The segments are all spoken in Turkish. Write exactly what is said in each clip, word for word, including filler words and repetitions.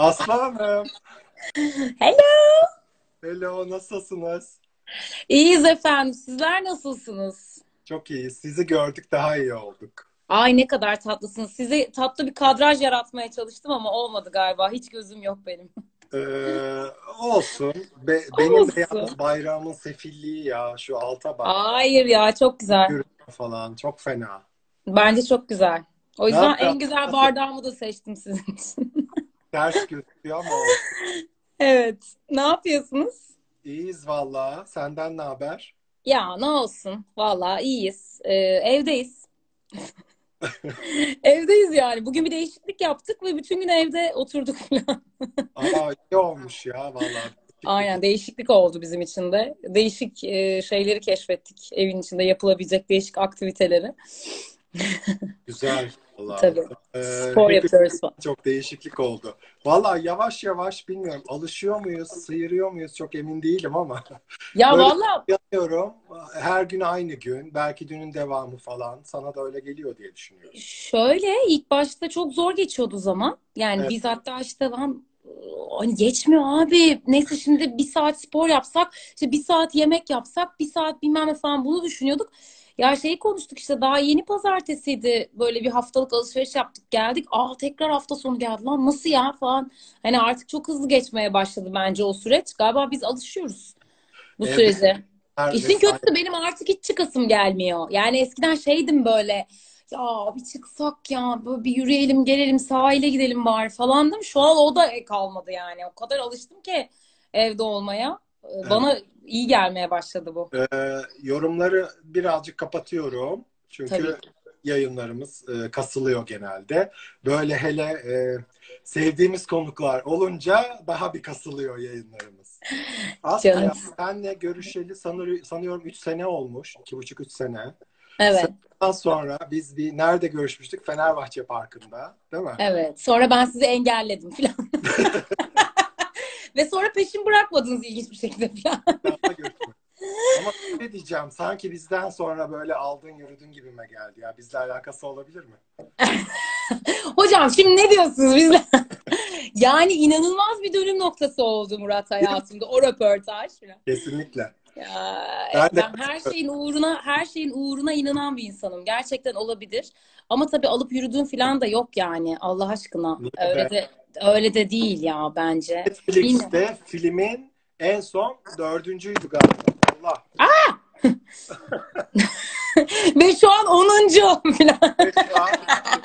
Aslanım. Hello. Hello, nasılsınız? İyiyiz efendim. Sizler nasılsınız? Çok iyi. Sizi gördük, daha iyi olduk. Ay ne kadar tatlısınız. Size tatlı bir kadraj yaratmaya çalıştım ama olmadı galiba. Hiç gözüm yok benim. Ee, olsun. Be- benim de Olsun. yalnız bayrağımın sefilliği ya. Şu alta bak. Hayır ya çok güzel. Yürüyor falan. Çok fena. Bence çok güzel. O Ne yüzden yapacağız? en güzel Nasıl? bardağımı da seçtim sizin için. Ters gözüküyor ama olsun. Evet. Ne yapıyorsunuz? İyiyiz valla. Senden ne haber? Ya ne olsun. Vallahi iyiyiz. Ee, evdeyiz. Evdeyiz yani. Bugün bir değişiklik yaptık ve bütün gün evde oturduk falan. Aa, iyi olmuş ya valla. Aynen değişiklik oldu bizim için de. Değişik e, şeyleri keşfettik. Evin içinde yapılabilecek değişik aktiviteleri. Güzel valla. Tabii. Ee, Spor hepimiz yapıyoruz falan. çok değişiklik oldu. Valla yavaş yavaş bilmiyorum. Alışıyor muyuz, sıyırıyor muyuz çok emin değilim ama. Ya Böyle valla yanıyorum. Her gün aynı gün. Belki dünün devamı falan. Sana da öyle geliyor diye düşünüyorum. şöyle ilk başta çok zor geçiyordu zaman. Yani Evet. biz hatta işte lan hani geçmiyor abi. Neyse şimdi bir saat spor yapsak, işte bir saat yemek yapsak, bir saat bilmem ne falan bunu düşünüyorduk. Ya şeyi konuştuk işte daha yeni pazartesiydi. Böyle bir haftalık alışveriş yaptık geldik. Aa tekrar hafta sonu geldi lan nasıl ya falan. Hani artık çok hızlı geçmeye başladı bence o süreç. Galiba biz alışıyoruz bu sürece. Evdekiler İşin vesaire. kötüsü benim artık hiç çıkasım gelmiyor. Yani eskiden şeydim böyle ya bir çıksak ya böyle bir yürüyelim gelelim sahile gidelim bari falandım. Şu an o da kalmadı yani. O kadar alıştım ki evde olmaya. Ee, Evet. Bana iyi gelmeye başladı bu. Ee, yorumları birazcık kapatıyorum. Tabii Çünkü ki. yayınlarımız e, kasılıyor genelde. Böyle hele e, sevdiğimiz konuklar olunca daha bir kasılıyor yayınlarımız. Aslı Canım. ya senle görüşeli sanır, sanıyorum üç sene olmuş. iki buçuk üç sene. Evet. Senden sonra biz bir nerede görüşmüştük? Fenerbahçe Parkı'nda, değil mi? Evet. Sonra ben sizi engelledim falan. Ve sonra peşin bırakmadınız ilginç bir şekilde falan. Daha görüşmedik. Ama ne diyeceğim? Sanki bizden sonra böyle aldın yürüdün gibime geldi ya. Bizle alakası olabilir mi? Hocam şimdi ne diyorsunuz bizle? Yani inanılmaz bir dönüm noktası oldu Murat hayatımda o röportaj falan. Kesinlikle. Ya, Ben de ben her şeyin uğruna her şeyin uğruna inanan bir insanım. Gerçekten olabilir. Ama tabii alıp yürüdüğüm falan da yok yani Allah aşkına. niye be? Öyle de öyle de değil ya bence. Bilmiyorum. Netflix'te filmin en son dördüncüydü galiba. Allah. Ve şu an onuncu falan. Ve şu an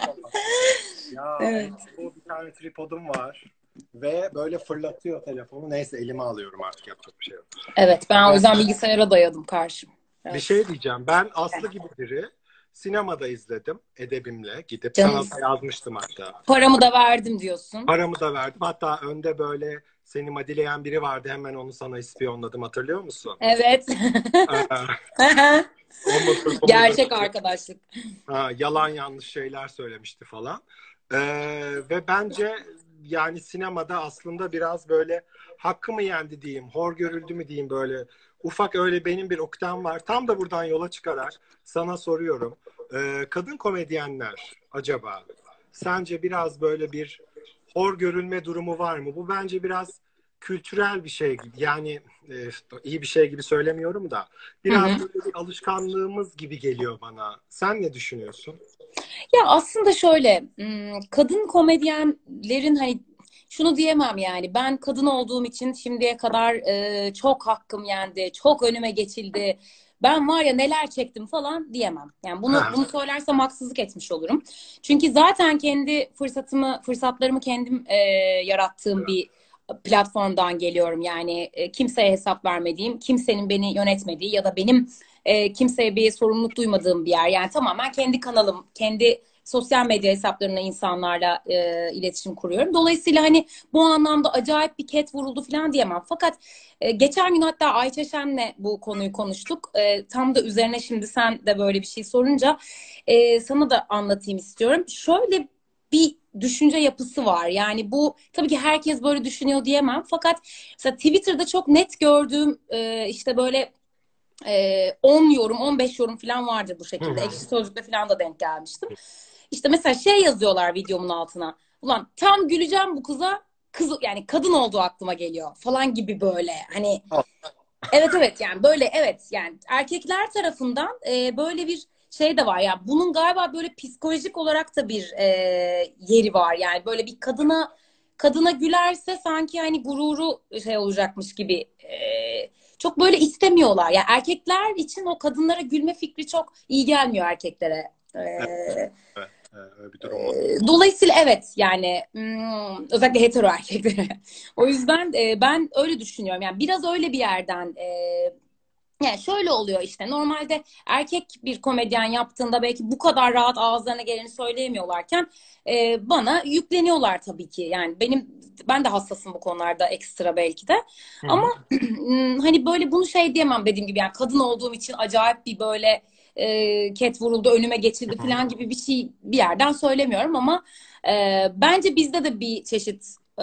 ya Evet. bu bir tane tripodum var. Ve böyle fırlatıyor telefonu. Neyse elime alıyorum artık yapacak bir şey yok. Evet ben o Ee, yüzden bilgisayara dayadım karşım. bir Evet. şey diyeceğim. Ben Aslı gibi biri sinemada izledim edebimle gidip. Canım Sana da yazmıştım hatta. paramı da verdim diyorsun. Paramı da verdim. Hatta önde böyle seni madileyen biri vardı. Hemen onu sana ispiyonladım. Hatırlıyor musun? Evet. Aa, o mudur, bu mudur? Gerçek arkadaşlık. Ha, yalan yanlış şeyler söylemişti falan. Ee, ve bence yani sinemada aslında biraz böyle hakkı mı yendi diyeyim, hor görüldü mü diyeyim böyle ufak öyle benim bir ukdem var. Tam da buradan yola çıkarak sana soruyorum. Ee, kadın komedyenler acaba sence biraz böyle bir hor görülme durumu var mı? Bu bence biraz kültürel bir şey. Yani e, iyi bir şey gibi söylemiyorum da Hı hı. biraz böyle bir alışkanlığımız gibi geliyor bana. Sen ne düşünüyorsun? Ya aslında şöyle, hmm, kadın komedyenlerin hani şunu diyemem yani ben kadın olduğum için şimdiye kadar e, çok hakkım yendi, çok önüme geçildi. Ben var ya neler çektim falan diyemem. Yani bunu Ha, bunu söylersem haksızlık etmiş olurum. Çünkü zaten kendi fırsatımı, fırsatlarımı kendim e, yarattığım bir platformdan geliyorum. Yani e, kimseye hesap vermediğim, kimsenin beni yönetmediği ya da benim e, kimseye bir sorumluluk duymadığım bir yer. Yani tamamen kendi kanalım, kendi sosyal medya hesaplarına insanlarla e, iletişim kuruyorum. Dolayısıyla hani bu anlamda acayip bir ket vuruldu falan diyemem. Fakat e, geçen gün hatta Ayça Şen'le bu konuyu konuştuk. E, tam da üzerine şimdi sen de böyle bir şey sorunca e, sana da anlatayım istiyorum. Şöyle bir düşünce yapısı var. Yani bu tabii ki herkes böyle düşünüyor diyemem. Fakat mesela Twitter'da çok net gördüğüm e, işte böyle e, on yorum, on beş yorum falan vardır bu hı şekilde. hı. Ekşi Sözlük'te falan da denk gelmiştim. İşte mesela şey yazıyorlar videomun altına. Ulan tam güleceğim bu kıza. kız yani kadın olduğu aklıma geliyor falan gibi böyle hani evet evet yani böyle evet yani erkekler tarafından e, böyle bir şey de var yani bunun galiba böyle psikolojik olarak da bir e, yeri var yani böyle bir kadına kadına gülerse sanki hani gururu şey olacakmış gibi e, çok böyle istemiyorlar yani erkekler için o kadınlara gülme fikri çok iyi gelmiyor erkeklere. Evet, E, evet, evet, öyle bir durum var. Dolayısıyla evet yani hmm, özellikle hetero erkeklere. O yüzden e, ben öyle düşünüyorum. Yani biraz öyle bir yerden e, yani şöyle oluyor işte normalde erkek bir komedyen yaptığında belki bu kadar rahat ağızlarına geleni söyleyemiyorlarken e, bana yükleniyorlar tabii ki. Yani benim ben de hassasım bu konularda ekstra belki de. Hı Ama hı. hani böyle bunu şey diyemem dediğim gibi yani kadın olduğum için acayip bir böyle e, ket vuruldu önüme geçildi Hı hı. falan gibi bir şey bir yerden söylemiyorum ama e, bence bizde de bir çeşit e,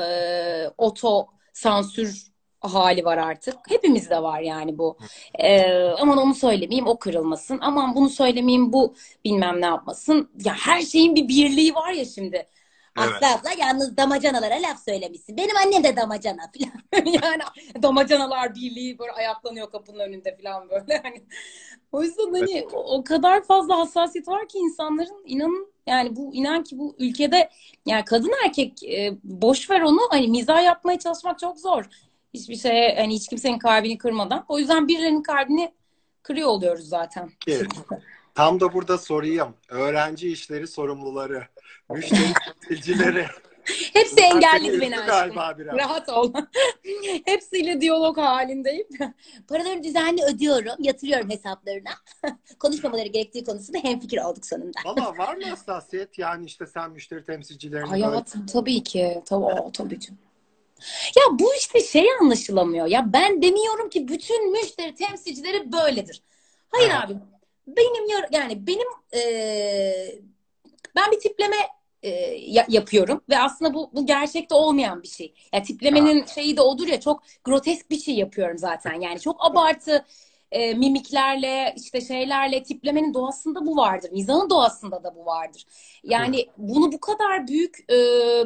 oto sansür hali var artık. Hepimizde var yani bu. Ee, aman onu söylemeyeyim o kırılmasın. Aman bunu söylemeyeyim bu bilmem ne yapmasın. Ya her şeyin bir birliği var ya şimdi. Evet. Aslı abla yalnız damacanalara laf söylemişsin. Benim annem de damacana falan. Yani damacanalar birliği böyle ayaklanıyor kapının önünde falan böyle. Hani, o yüzden Evet. hani o, o kadar fazla hassasiyet var ki insanların inanın yani bu inan ki bu ülkede yani kadın erkek e, boş ver onu hani mizah yapmaya çalışmak çok zor. Hiçbir şeye hani hiç kimsenin kalbini kırmadan. O yüzden birilerinin kalbini kırıyor oluyoruz zaten bir Ki, şekilde. tam da burada sorayım. Öğrenci işleri sorumluları, müşteri temsilcileri. Hepsi Bunlar seni engelledi beni üzdü aşkım. galiba biraz. Rahat ol. Hepsiyle diyalog halindeyim. Paralarını düzenli ödüyorum, yatırıyorum hesaplarına. Konuşmamaları gerektiği konusunda hemfikir olduk sonunda. Valla var mı hassasiyet? Yani işte sen müşteri temsilcilerini böyle... Hayatım tabii ki. Tabii, o, tabii ki. Ya bu işte şey anlaşılamıyor. Ya ben demiyorum ki bütün müşteri temsilcileri böyledir. Hayır Ha, abi. Benim yar- yani benim eee, ben bir tipleme e, ya- yapıyorum ve aslında bu bu gerçekte olmayan bir şey. Ya ha. tiplemenin şeyi de odur ya çok grotesk bir şey yapıyorum zaten. Yani çok abartı e, mimiklerle işte şeylerle tiplemenin doğasında bu vardır. Mizahın doğasında da bu vardır. Hı. Yani bunu bu kadar büyük e,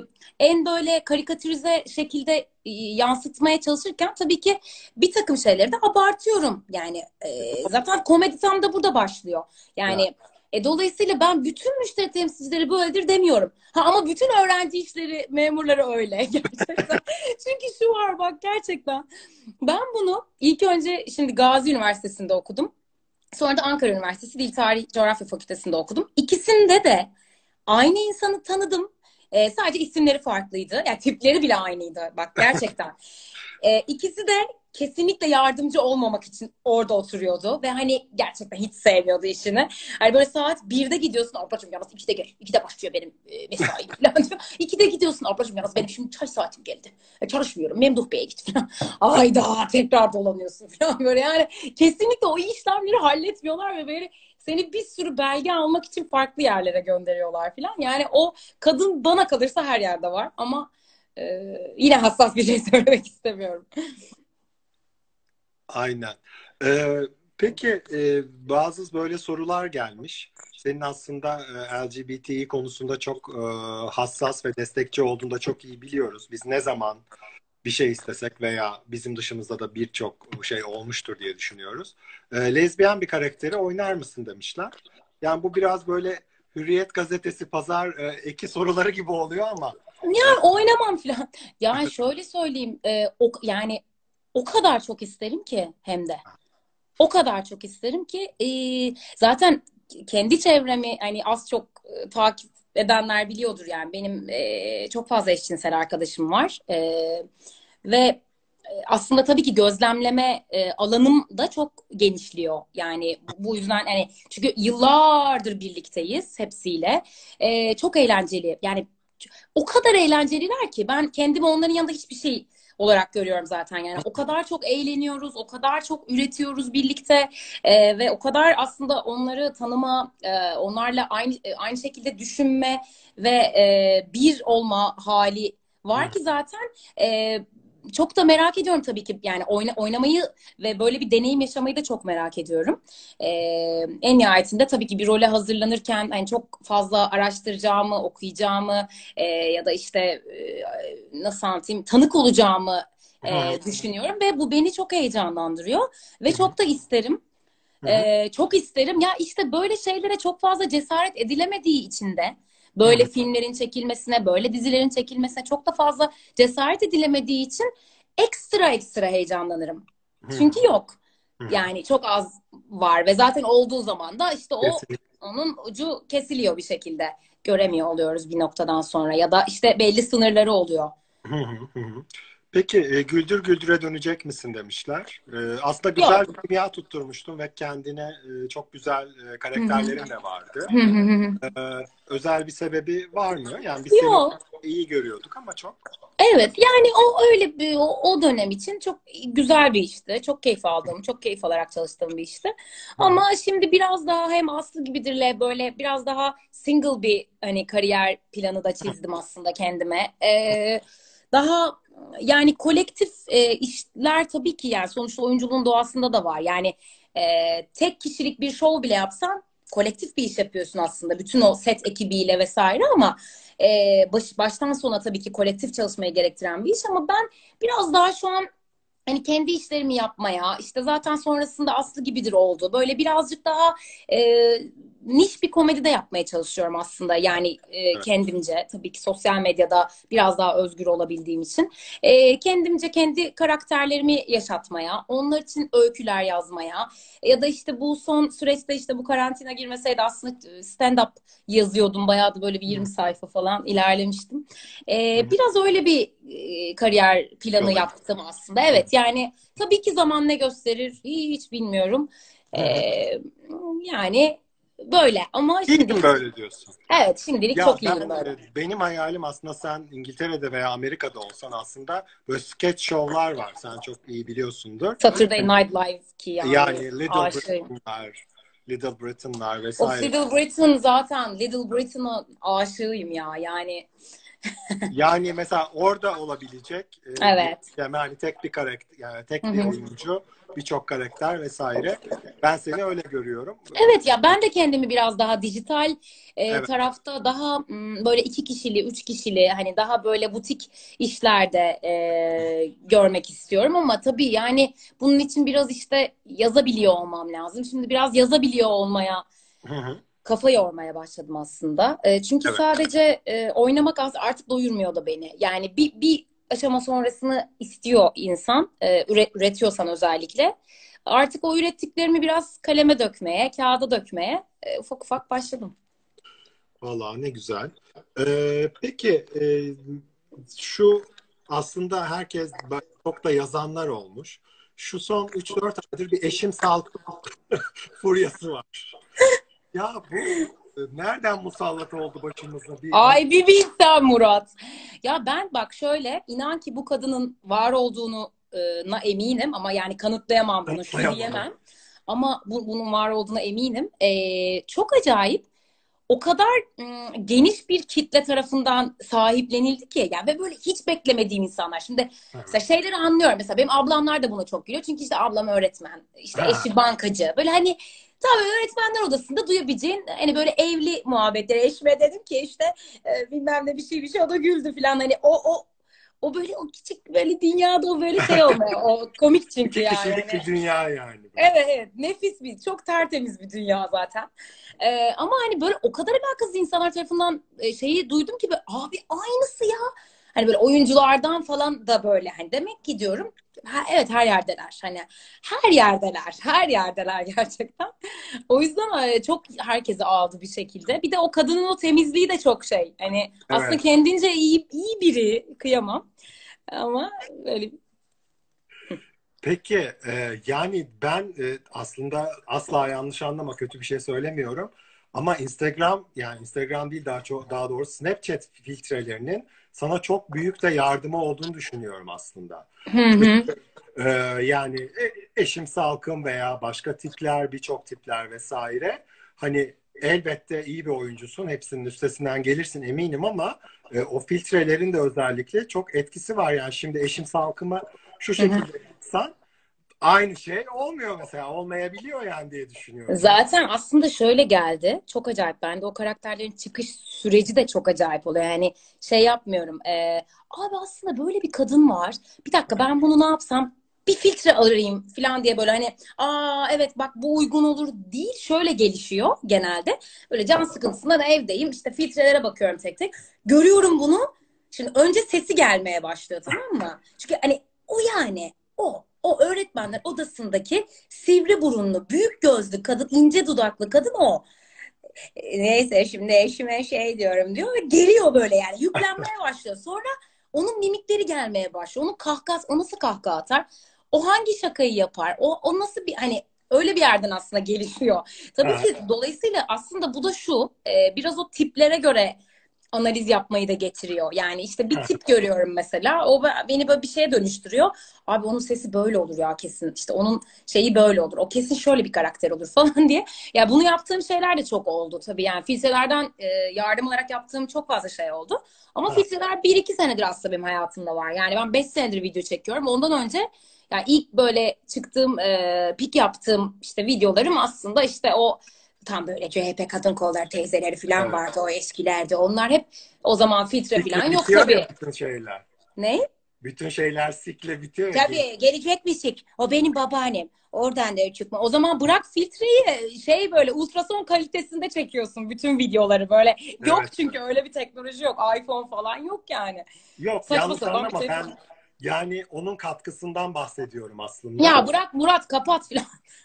en böyle karikatürize şekilde e, yansıtmaya çalışırken tabii ki bir takım şeyleri de abartıyorum. Yani e, zaten komedi tam da burada başlıyor. Ya, Yani e, dolayısıyla ben bütün müşteri temsilcileri böyledir demiyorum. Ha, ama bütün öğrenci işleri memurları öyle gerçekten. Çünkü şu var bak gerçekten. Ben bunu ilk önce şimdi Gazi Üniversitesi'nde okudum. Sonra da Ankara Üniversitesi Dil Tarih Coğrafya Fakültesi'nde okudum. İkisinde de aynı insanı tanıdım. E, sadece isimleri farklıydı. Yani tipleri bile aynıydı. Bak gerçekten. E, ikisi de kesinlikle yardımcı olmamak için orada oturuyordu. Ve hani gerçekten hiç sevmiyordu işini. Hani böyle saat birde gidiyorsun. Ablacığım yalnız ikide gel. ikide başlıyor benim e, mesaim falan diyor. ikide gidiyorsun. Ablacığım yalnız benim şimdi çay saatim geldi. E, çalışmıyorum. Memduh Bey'e git falan. Ayda tekrar dolanıyorsun falan böyle. Yani kesinlikle o işlemleri halletmiyorlar ve böyle seni bir sürü belge almak için farklı yerlere gönderiyorlar falan. Yani o kadın bana kalırsa her yerde var ama e, yine hassas bir şey söylemek istemiyorum. aynen. Ee, peki e, bazı böyle sorular gelmiş. Senin aslında e, L G B T konusunda çok e, hassas ve destekçi olduğunu da çok iyi biliyoruz. Biz ne zaman bir şey istesek veya bizim dışımızda da birçok şey olmuştur diye düşünüyoruz. E, lezbiyen bir karakteri oynar mısın demişler. Yani bu biraz böyle Hürriyet gazetesi pazar e, eki soruları gibi oluyor ama e, Yani oynamam falan. Yani şöyle söyleyeyim, e, o, yani o kadar çok isterim ki hem de. O kadar çok isterim ki e, zaten kendi çevremi hani az çok e, takip edenler biliyordur yani benim e, çok fazla eşcinsel arkadaşım var. E, ve e, aslında tabii ki gözlemleme e, alanım da çok genişliyor. Yani bu, bu yüzden hani çünkü yıllardır birlikteyiz hepsiyle. E, çok eğlenceli. Yani o kadar eğlenceliler ki ben kendimi onların yanında hiçbir şey olarak görüyorum zaten. Yani o kadar çok eğleniyoruz, o kadar çok üretiyoruz birlikte e, ve o kadar aslında onları tanıma, e, onlarla aynı e, aynı şekilde düşünme ve e, bir olma hali var ki zaten e, çok da merak ediyorum tabii ki yani oyna, oynamayı ve böyle bir deneyim yaşamayı da çok merak ediyorum. Ee, en nihayetinde tabii ki bir role hazırlanırken hani çok fazla araştıracağımı, okuyacağımı e, ya da işte e, nasıl anlatayım, tanık olacağımı e, düşünüyorum ve bu beni çok heyecanlandırıyor ve çok da isterim. E, çok isterim. Ya işte böyle şeylere çok fazla cesaret edilemediği için de böyle filmlerin çekilmesine, böyle dizilerin çekilmesine çok da fazla cesaret edilemediği için ekstra ekstra heyecanlanırım. Çünkü yok. Yani çok az var ve zaten olduğu zaman da işte o Kesinlikle. onun ucu kesiliyor bir şekilde. Göremiyor oluyoruz bir noktadan sonra ya da işte belli sınırları oluyor. Hı hı hı. Peki e, Güldür Güldür'e dönecek misin demişler. E, aslında güzel Yok. bir kimya tutturmuştun ve kendine e, çok güzel e, Hı hı. karakterlerin de vardı. Hı hı hı. E, özel bir sebebi var mı? Yani biz seni Yok. iyi görüyorduk ama çok. Evet yani o öyle bir o, o dönem için çok güzel bir işti. Çok keyif aldığım, çok keyif alarak çalıştığım bir işti. Hı hı. Ama şimdi biraz daha hem Aslı gibidirle böyle biraz daha single bir hani kariyer planı da çizdim aslında kendime. Ee, daha yani kolektif e, işler tabii ki yani sonuçta oyunculuğun doğasında da var. Yani e, tek kişilik bir şov bile yapsan kolektif bir iş yapıyorsun aslında. Bütün o set ekibiyle vesaire ama e, baş, baştan sona tabii ki kolektif çalışmayı gerektiren bir iş ama ben biraz daha şu an hani kendi işlerimi yapmaya işte zaten sonrasında Aslı gibidir oldu. Böyle birazcık daha e, niş bir komedi de yapmaya çalışıyorum aslında. Yani e, Evet. kendimce tabii ki sosyal medyada biraz daha özgür olabildiğim için. E, kendimce kendi karakterlerimi yaşatmaya, onlar için öyküler yazmaya ya da işte bu son süreçte işte bu karantina girmeseydi aslında stand-up yazıyordum. Bayağı da böyle bir yirmi sayfa falan ilerlemiştim. Hı E, hı. biraz öyle bir e, kariyer planı Yola yaptım aslında. Evet yani tabii ki zaman ne gösterir hiç bilmiyorum. Hı hı. Ee, yani böyle ama İyiyim şimdilik böyle diyorsun. evet şimdilik Ya çok iyiyim ben böyle. e, benim hayalim aslında sen İngiltere'de veya Amerika'da olsan aslında böyle sketch show'lar var. Sen çok iyi biliyorsundur. Saturday Night Live ki yani Yani Little aşığım. Britain'lar, Little Britain'lar Of vesaire. Little Britain zaten Little Britain'a aşığıyım ya yani Yani mesela orada olabilecek e, bir evet. yani hani tek bir karakter yani Hı tek bir hı. oyuncu, birçok karakter vesaire. Ben seni öyle görüyorum. Evet ya ben de kendimi biraz daha dijital e, Evet. tarafta daha m, böyle iki kişili, üç kişili hani daha böyle butik işlerde e, görmek istiyorum ama tabii yani bunun için biraz işte yazabiliyor olmam lazım. Şimdi biraz yazabiliyor olmaya Hı hı. kafa yormaya başladım aslında. E, çünkü Evet. sadece e, oynamak az- artık doyurmuyor da beni. Yani bir, bir aşama sonrasını istiyor insan, e, üret, üretiyorsan özellikle. Artık o ürettiklerimi biraz kaleme dökmeye, kağıda dökmeye e, ufak ufak başladım. Vallahi ne güzel. Ee, peki e, şu aslında herkes çok da yazanlar olmuş. Şu son üç dört aydır bir eşim sağlık furyası var. Ya bu e, nereden musallat oldu başımıza? Bir hani Ay bir bilsen Murat. Ya ben bak şöyle inan ki bu kadının var olduğunu e, na eminim ama yani kanıtlayamam bunu şu kanıtlayamam. diyemem. Ama bu, bunun var olduğuna eminim. E, çok acayip. O kadar ım, geniş bir kitle tarafından sahiplenildi ki yani ve böyle hiç beklemediğim insanlar. Şimdi Ha. mesela şeyleri anlıyorum. Mesela benim ablamlar da buna çok gülüyor. Çünkü işte ablam öğretmen, işte Ha. eşi bankacı. Böyle hani tabii öğretmenler odasında duyabileceğin hani böyle evli muhabbetleri. Eşime dedim ki işte e, bilmem ne bir şey bir şey o da güldü falan. Hani o o o böyle o küçük böyle dünyada o böyle şey olmuyor. O komik çünkü İki yani. kişilik Hani bir dünya yani böyle. evet, evet. Nefis bir, çok tertemiz bir dünya zaten. Ee, ama hani böyle o kadar alakasız insanlar tarafından e, şeyi duydum ki böyle, abi aynısı ya. Hani böyle oyunculardan falan da böyle hani demek ki diyorum ha, evet her yerdeler. Hani her yerdeler. Her yerdeler gerçekten. O yüzden e, çok herkesi aldı bir şekilde. Bir de o kadının o temizliği de çok şey. Hani aslında Evet. kendince iyi iyi biri kıyamam. Ama böyle Peki e, yani ben e, aslında asla yanlış anlama kötü bir şey söylemiyorum. Ama Instagram yani Instagram değil daha çok daha doğrusu Snapchat filtrelerinin sana çok büyük de yardımı olduğunu düşünüyorum aslında. hı hı. Ee, yani e- eşim Salkım veya başka tipler, birçok tipler vesaire. Hani elbette iyi bir oyuncusun, hepsinin üstesinden gelirsin eminim ama e, o filtrelerin de özellikle çok etkisi var. Yani şimdi eşim Salkım'ı şu Hı hı. şekilde yapsan aynı şey olmuyor mesela. Olmayabiliyor yani diye düşünüyorum. Zaten aslında şöyle geldi. Çok acayip. Bende o karakterlerin çıkış süreci de çok acayip oluyor. Yani şey yapmıyorum. E, abi aslında böyle bir kadın var. Bir dakika ben bunu ne yapsam? Bir filtre arayayım falan diye böyle hani aa evet bak bu uygun olur değil. Şöyle gelişiyor genelde. Böyle can sıkıntısından evdeyim. İşte filtrelere bakıyorum tek tek. Görüyorum bunu. Şimdi önce sesi gelmeye başlıyor, tamam mı? Çünkü hani o yani o. O öğretmenler odasındaki sivri burunlu, büyük gözlü kadın, ince dudaklı kadın o. E, Neyse şimdi eşime şey diyorum diyor ve geliyor böyle yani yüklenmeye başlıyor. Sonra onun mimikleri gelmeye başlıyor. Onun kahkahası, o nasıl kahkaha atar? O hangi şakayı yapar? O, o nasıl bir hani öyle bir yerden aslında gelişiyor. Tabii Ha, ki dolayısıyla aslında bu da şu e, biraz o tiplere göre analiz yapmayı da getiriyor. Yani işte bir tip görüyorum mesela. O beni böyle bir şeye dönüştürüyor. Abi onun sesi böyle olur ya kesin. İşte onun şeyi böyle olur. O kesin şöyle bir karakter olur falan diye. Ya bunu yaptığım şeyler de çok oldu tabii. Yani filtrelerden e, yardım alarak yaptığım çok fazla şey oldu. Ama ha, filtreler bir iki senedir aslında benim hayatımda var. Yani ben beş senedir video çekiyorum. Ondan önce yani ilk böyle çıktığım, e, pik yaptığım işte videolarım aslında işte o tam böyle C H P kadın kolları teyzeleri falan evet. vardı o eskilerde. Onlar hep o zaman filtre falan Sikle yok bitiyor ya tabii. bütün şeyler. Ne? Bütün şeyler sikle bitiyor ya. Geç. Tabii gelecek misin? O benim babaannem. Oradan da çıkma. O zaman bırak filtreyi şey böyle ultrason kalitesinde çekiyorsun bütün videoları böyle. Yok Evet. çünkü öyle bir teknoloji yok. iPhone falan yok yani. Yok, Saçma yanlış sapan bir anlama, şey. ben yani onun katkısından bahsediyorum aslında. Ya bırak Murat kapat falan.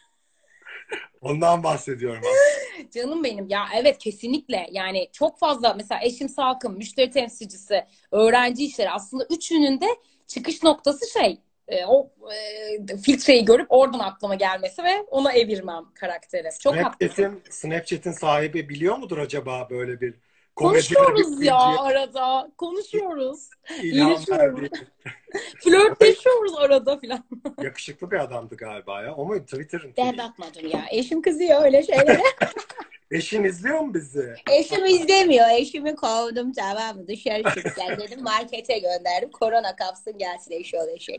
Ondan bahsediyorum aslında. Canım benim ya evet kesinlikle yani çok fazla mesela eşim Salkım, müşteri temsilcisi, öğrenci işleri aslında üçünün de çıkış noktası şey e, o e, filtreyi görüp oradan aklıma gelmesi ve ona evirmem karakteri. Çok haklısın. Snapchat'in Snapchat'in sahibi biliyor mudur acaba böyle bir komedide bir Konuşuyoruz ya oyuncuya arada. Konuşuyoruz. ilham İlişiyoruz. verdiği? O da Flörtleşiyoruz arada filan. yakışıklı bir adamdı galiba ya. O muydu? Twitter'ın Ben ki. bakmadım ya. Eşim kızıyor öyle şeylere. Eşin izliyor mu bizi? Eşim izlemiyor. Eşimi kovdum tamam mı? Dışarı çık sen dedim. Markete gönderdim. Korona kapsın gelsin eşi ol eşek.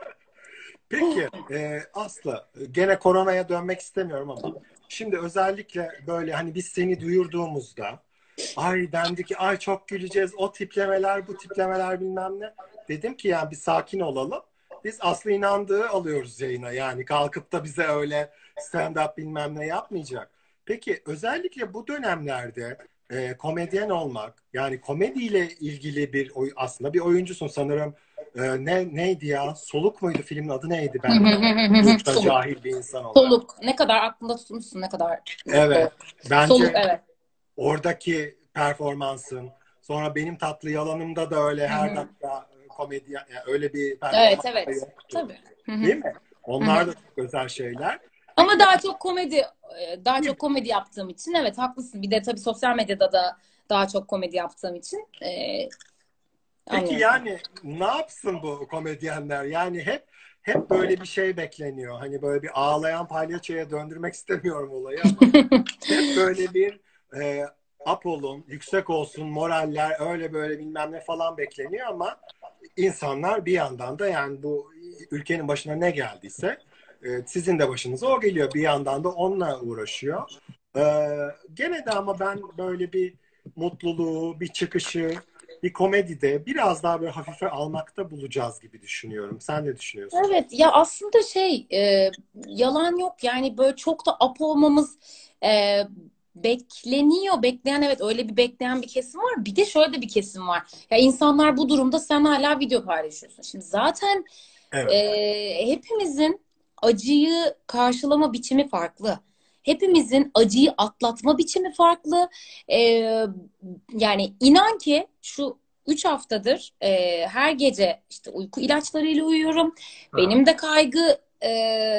Peki e, Aslı, gene koronaya dönmek istemiyorum ama şimdi özellikle böyle hani biz seni duyurduğumuzda ay dendi ki ay çok güleceğiz, o tiplemeler bu tiplemeler bilmem ne. Dedim ki yani bir sakin olalım. Biz Aslı inandığı alıyoruz yayına, yani kalkıp da bize öyle stand-up bilmem ne yapmayacak. Peki özellikle bu dönemlerde e, komedyen olmak, yani komediyle ilgili bir oy- aslında bir oyuncusun sanırım. E, ne neydi ya? Soluk muydu, filmin adı neydi? Ben çok da Soluk. cahil bir insan olarak. Soluk. Ne kadar aklında tutmuşsun, ne kadar mutlu. Evet. Soluk Bence evet. oradaki performansın, sonra benim tatlı yalanımda da öyle Hı her hı. dakika komedi, yani öyle bir Evet performans da evet. yoktu. Tabii. Hı hı. Değil mi? Hı hı. Onlar da çok özel şeyler. Ama Peki, daha çok komedi e, daha çok komedi yaptığım için evet haklısın. Bir de tabii sosyal medyada da daha çok komedi yaptığım için e, peki anlıyorum. yani ne yapsın bu komedyenler? Yani hep hep böyle bir şey bekleniyor. Hani böyle bir ağlayan palyaçoya döndürmek istemiyorum olayı ama hep böyle bir e, up olun, yüksek olsun, moraller öyle böyle bilmem ne falan bekleniyor ama insanlar bir yandan da yani bu ülkenin başına ne geldiyse e, sizin de başınıza o geliyor. Bir yandan da onunla uğraşıyor. E, gene de ama ben böyle bir mutluluğu, bir çıkışı, bir komedide biraz daha böyle hafife almakta bulacağız gibi düşünüyorum. Sen ne düşünüyorsun? Evet ya aslında şey e, yalan yok yani böyle çok da ap olmamız e, bekleniyor. Bekleyen evet öyle bir bekleyen bir kesim var. Bir de şöyle de bir kesim var. Ya insanlar bu durumda sen hala video paylaşıyorsun. Şimdi zaten Evet. e, hepimizin acıyı karşılama biçimi farklı. Hepimizin acıyı atlatma biçimi farklı. E, yani inan ki şu üç haftadır e, her gece işte uyku ilaçlarıyla uyuyorum. Ha. Benim de kaygı e,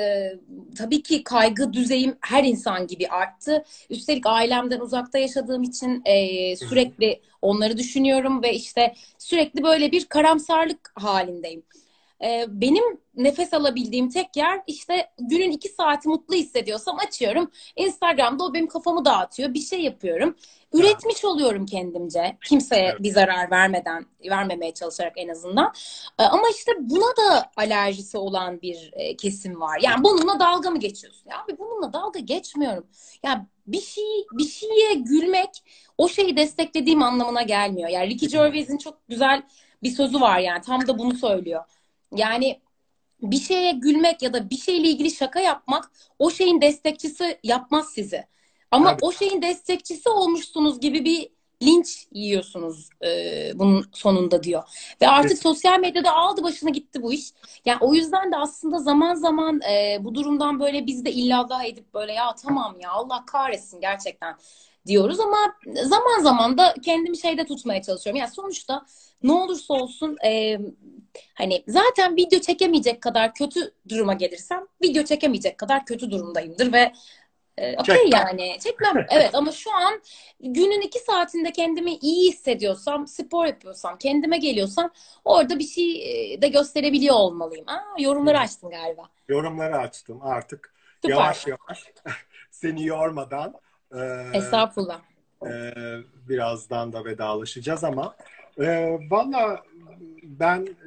tabii ki kaygı düzeyim her insan gibi arttı. Üstelik ailemden uzakta yaşadığım için e, Hı hı. sürekli onları düşünüyorum ve işte sürekli böyle bir karamsarlık halindeyim. e, benim nefes alabildiğim tek yer işte günün iki saati mutlu hissediyorsam açıyorum. Instagram'da o benim kafamı dağıtıyor. Bir şey yapıyorum. Üretmiş oluyorum kendimce. Kimseye Evet. bir zarar vermeden, vermemeye çalışarak en azından. E, ama işte buna da alerjisi olan bir e, kesim var. Yani bununla dalga mı geçiyorsun? Ya abi bununla dalga geçmiyorum. Ya bir şey bir şeye gülmek o şeyi desteklediğim anlamına gelmiyor. Yani Ricky Gervais'in çok güzel bir sözü var yani tam da bunu söylüyor. Yani bir şeye gülmek ya da bir şeyle ilgili şaka yapmak o şeyin destekçisi yapmaz sizi. Ama Tabii. o şeyin destekçisi olmuşsunuz gibi bir linç yiyorsunuz e, bunun sonunda diyor. Ve artık sosyal medyada aldı başına gitti bu iş. Yani o yüzden de aslında zaman zaman e, bu durumdan böyle biz de illallah edip böyle ya tamam ya Allah kahretsin gerçekten diyoruz ama zaman zaman da kendimi şeyde tutmaya çalışıyorum. Yani sonuçta ne olursa olsun e, hani zaten video çekemeyecek kadar kötü duruma gelirsem video çekemeyecek kadar kötü durumdayımdır ve e, okey Çekmem. yani çekmem. Evet ama şu an günün iki saatinde kendimi iyi hissediyorsam, spor yapıyorsam, kendime geliyorsam orada bir şey e, de gösterebiliyor olmalıyım. Aa, yorumları açtın galiba. Yorumları açtım artık. Süper. Yavaş yavaş seni yormadan e, Estağfurullah. e, birazdan da vedalaşacağız ama e, valla ben e,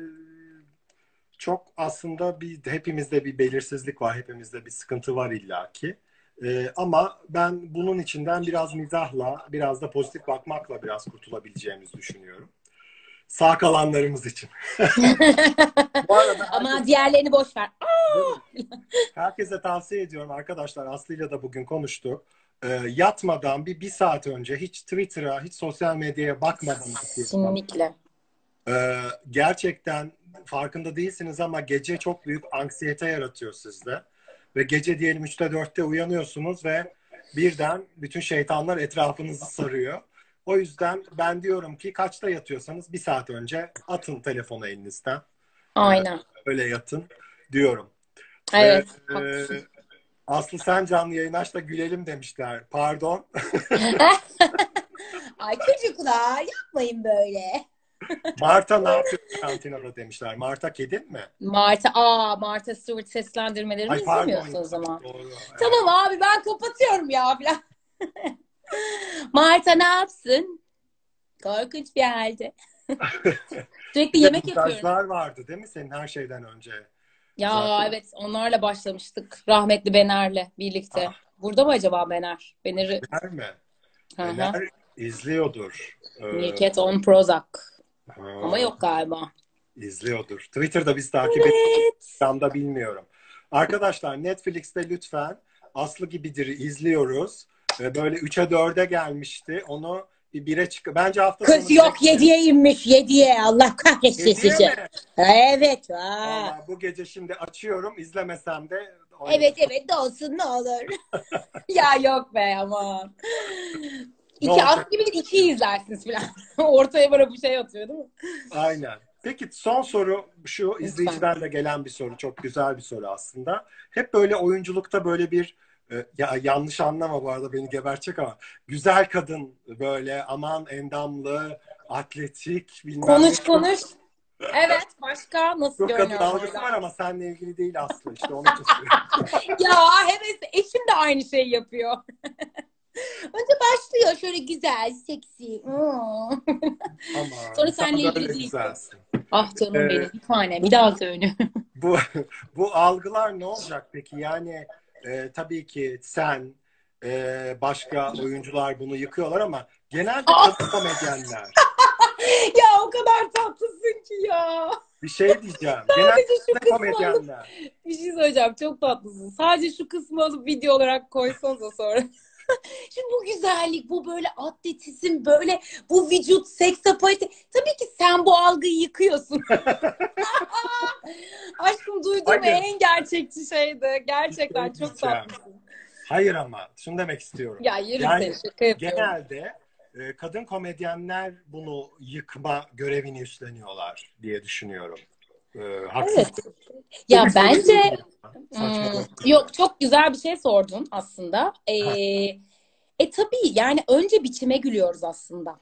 çok aslında bir hepimizde bir belirsizlik var, hepimizde bir sıkıntı var illaki. E, ama ben bunun içinden biraz mizahla, biraz da pozitif bakmakla biraz kurtulabileceğimizi düşünüyorum. Sağ kalanlarımız için. Bu arada Ama herkes, diğerlerini boş ver. herkese tavsiye ediyorum arkadaşlar. Aslı'yla da bugün konuştuk. Ee, yatmadan bir bir saat önce hiç Twitter'a, hiç sosyal medyaya bakmadan yatıyorsam, Kesinlikle. e, gerçekten farkında değilsiniz ama gece çok büyük anksiyete yaratıyor sizde. Ve gece diyelim üçte dörtte uyanıyorsunuz ve birden bütün şeytanlar etrafınızı sarıyor. O yüzden ben diyorum ki kaçta yatıyorsanız bir saat önce atın telefonu elinizden. Ee, Aynen. öyle yatın diyorum. Ve Evet. e, Haklısın. Aslı sen canlı yayın aç da gülelim demişler. Pardon. Ay çocuklar yapmayın böyle. Marta ne yapıyor karantinada demişler. Marta kedin mi? Marta, aa Marta Stewart seslendirmelerini Ay pardon. izlemiyorsun o zaman. Doğru. Evet. Tamam abi ben kapatıyorum ya falan. Marta ne yapsın? Korkunç bir halde. Sürekli Bir de yemek yapıyorum. dublajlar vardı değil mi senin her şeyden önce? Ya Zaten. evet onlarla başlamıştık. Rahmetli Bener'le birlikte. Ah, Burada mı acaba Bener? Bener'i Bener mi? hı hı. Bener izliyordur. Ee, Mirket on Prozac. Ama ha, yok galiba. izliyordur. Twitter'da biz takip ediyoruz. Evet. Instagram'da bilmiyorum. Arkadaşlar Netflix'te lütfen Aslı Gibidir'i izliyoruz. Ee, Böyle üçe dörde gelmişti. Onu bir bire çık. Bence hafta sonu Kız yok direkt- yediye inmiş yediye. Allah kahretsin Hediye sizi. mi? Evet. Ha. Vallahi bu gece şimdi açıyorum. İzlemesem de Evet evet de olsun ne olur. Ya yok be ama. Ne İki olacak? at gibi iki izlersiniz falan. Ortaya böyle bir şey atıyor değil mi? Aynen. Peki son soru şu, Lütfen. izleyiciden de gelen bir soru. Çok güzel bir soru aslında. Hep böyle oyunculukta böyle bir e, ya yanlış anlama bu arada beni gebertecek ama güzel kadın böyle aman endamlı, atletik bilmem Konuş ne. konuş. Evet başka nasıl Çok kadın görünüyorum algısı orada? var ama seninle ilgili değil Aslı işte onu söylüyorum. Ya evet eşim de aynı şeyi yapıyor. Önce başlıyor şöyle güzel, seksi. Hmm. Ama Sonra sen seninle ilgili böyle değil. güzelsin. Ah canım Ee, benim bir tane bir daha söyle. Bu bu algılar ne olacak peki? Yani e, tabii ki sen e, başka oyuncular bunu yıkıyorlar ama genelde Ah! kadın komedyenler. Ya o kadar tatlısın ki ya. Bir şey diyeceğim. Genelde Sadece şu kadın kısmı alıp komedyenler. bir şey söyleyeceğim. Çok tatlısın. Sadece şu kısmı alıp video olarak koysanıza sonra. Şimdi bu güzellik, bu böyle atletizm, böyle bu vücut, seks apalite. Tabii ki sen bu algıyı yıkıyorsun. Aşkım duyduğum Hayır. en gerçekçi şeydi. Gerçekten çok Diyeceğim. tatlısın. Hayır ama şunu demek istiyorum. Ya yürü Yani seni şaka yapıyorum. genelde e, kadın komedyenler bunu yıkma görevini üstleniyorlar diye düşünüyorum. E, haksız. Evet. Ya Çok bence söylüyorum ya. hmm, Saçmalık. yok çok güzel bir şey sordun aslında. Ee, Ha, e tabii yani önce biçime gülüyoruz aslında.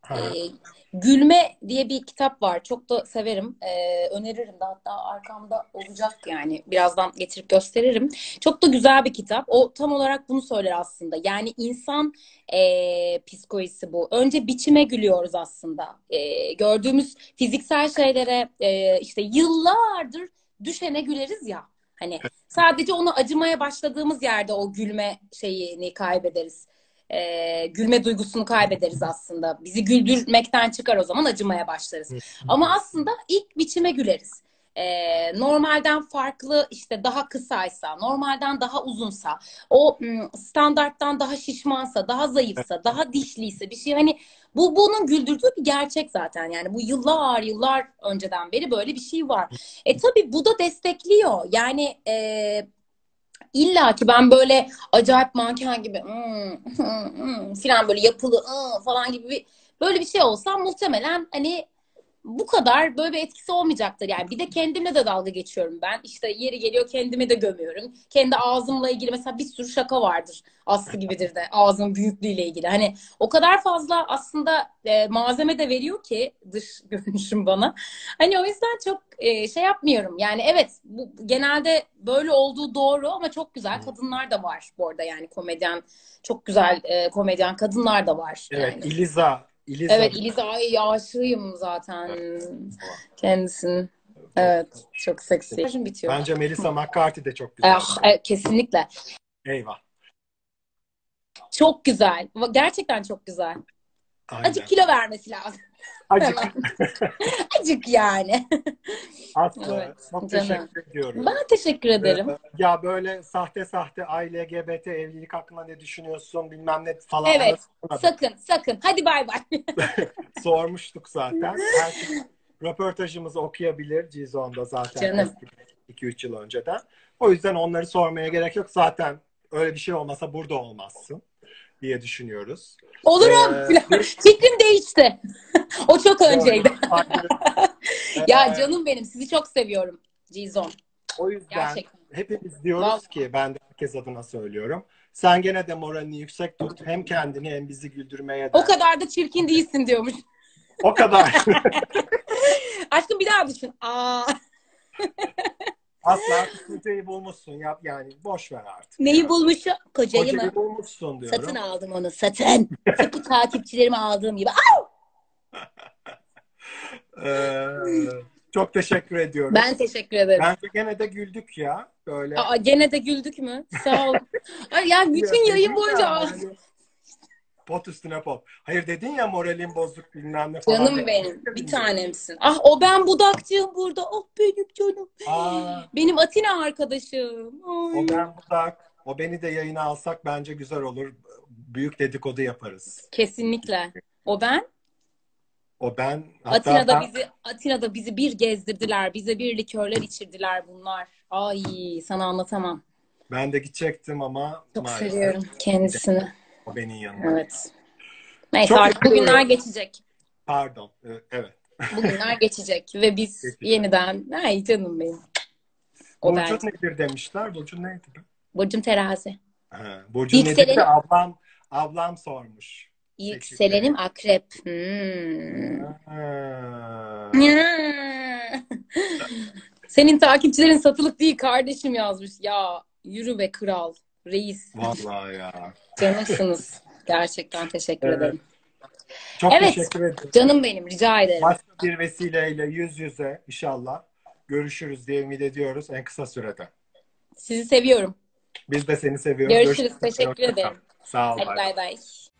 E, Ha. Gülme diye bir kitap var. Çok da severim. E, öneririm de, hatta arkamda olacak yani. Birazdan getirip gösteririm. Çok da güzel bir kitap. O tam olarak bunu söyler aslında. Yani insan e, psikolojisi bu. Önce biçime gülüyoruz aslında. E, gördüğümüz fiziksel şeylere e, işte yıllardır düşene güleriz ya. Hani sadece onu acımaya başladığımız yerde o gülme şeyini kaybederiz. Ee, gülme duygusunu kaybederiz aslında. Bizi güldürmekten çıkar, o zaman acımaya başlarız. Ama aslında ilk biçime güleriz. Ee, normalden farklı, işte daha kısaysa, normalden daha uzunsa, o ım, standarttan daha şişmansa, daha zayıfsa, daha dişliyse bir şey, hani bu bunun güldürdüğü bir gerçek zaten. Yani bu yıllar yıllar önceden beri böyle bir şey var. E tabii bu da destekliyor. Yani e, İlla ki ben böyle acayip manken gibi hmm, hmm, hmm, falan böyle yapılı ıı, falan gibi bir, böyle bir şey olsam muhtemelen hani bu kadar böyle bir etkisi olmayacaktır. Yani bir de kendimle de dalga geçiyorum ben. İşte yeri geliyor kendimi de gömüyorum. Kendi ağzımla ilgili mesela bir sürü şaka vardır. Aslı gibidir de ağzın büyüklüğüyle ilgili. Hani o kadar fazla aslında e, malzeme de veriyor ki dış görünüşüm bana. Hani o yüzden çok e, şey yapmıyorum. Yani evet, bu genelde böyle olduğu doğru ama çok güzel kadınlar da var bu arada, yani komedyen, çok güzel e, komedyen kadınlar da var Evet, yani. İliza. İliza. Evet, İliza, ay aşığım zaten kendisinin. Çok, Evet, çok seksi. çok. Şarjım bitiyor. Bence Melissa McCarthy de çok güzel. Ah, evet, kesinlikle. Eyvah. Çok güzel. Gerçekten çok güzel. Acık Aynen. kilo vermesi lazım. Acık. Hemen. Acık yani. Aslı. Evet, Çok canım. teşekkür ediyoruz. Ben teşekkür Ee, ederim. ya böyle sahte sahte aile, L G B T, evlilik hakkında ne düşünüyorsun bilmem ne falanları Evet, sormadık. sakın, sakın. Hadi bay bay. Sormuştuk zaten. Herkes röportajımızı okuyabilir. Cizon'da zaten Canım. eski iki üç yıl önceden. O yüzden onları sormaya gerek yok. Zaten öyle bir şey olmasa burada olmazsın diye düşünüyoruz. Olurum. Ee, bir, Fikrim değişti. O çok önceydi. Ya Ee, canım benim, sizi çok seviyorum. Cizon. o yüzden Gerçekten. hepimiz diyoruz Vallahi. ki, ben de herkes adına söylüyorum. Sen gene de moralini yüksek tut. Hem kendini hem bizi güldürmeye O de. kadar da çirkin değilsin diyormuş. O kadar. Aşkım bir daha düşün. Aa. Asla kocayı bulmuşsun. Yap yani, boş ver artık Neyi ya. bulmuşum? Kocayı mı? Kocayı bulmuşsun Satın diyorum. aldım onu. Satın. Tıpkı takipçilerimi aldığım gibi. Ee, çok teşekkür Ben ediyoruz. teşekkür ederim. Bence gene de güldük ya. Böyle. Aa, gene de güldük mü? Sağ ol. Ay, yani Ya bütün yayın dedin ya boyunca hani, pot üstüne pot. Hayır dedin ya, moralin bozuk bilmem ne falan. canım benim. Bir tanemsin. Ah, o ben budakçığım burada. Oh benim canım. Aa, Benim Atina arkadaşım. o Ay. ben budak. O beni de yayına alsak bence güzel olur. Büyük dedikodu yaparız. Kesinlikle. O ben. O ben, hatta Atina'da ben, bizi Atina'da bizi bir gezdirdiler. Bize bir likörler içirdiler bunlar. Ay, sana anlatamam. ben de gidecektim ama Çok maalesef seviyorum kendisini. o benim yanımda. Evet. Neyse, Çok artık bugünler üzülüyorum. geçecek. Pardon. Ee, Evet. Bugünler geçecek ve biz Geçecek. yeniden, ay canım benim. O Burcun ben. nedir demişler. Burcun neydi? Burcum terazi. Ha, Burcun nedir de Yükselenim, ablam ablam sormuş. Seçildi. yükselenim akrep. Hmm. Ha. Senin takipçilerin satılık değil kardeşim yazmış. Ya yürü be kral, reis. Vallahi ya. Canımsınız. Gerçekten teşekkür Evet. ederim. Çok Evet, teşekkür ederim. canım benim, rica ederim. Başka bir vesileyle yüz yüze inşallah görüşürüz diye ümit ediyoruz en kısa sürede. Sizi seviyorum. Biz de seni seviyoruz. Görüşürüz. Görüşürüz. Teşekkür ederim. Sağ ol. Hadi Bay bay. bay bay.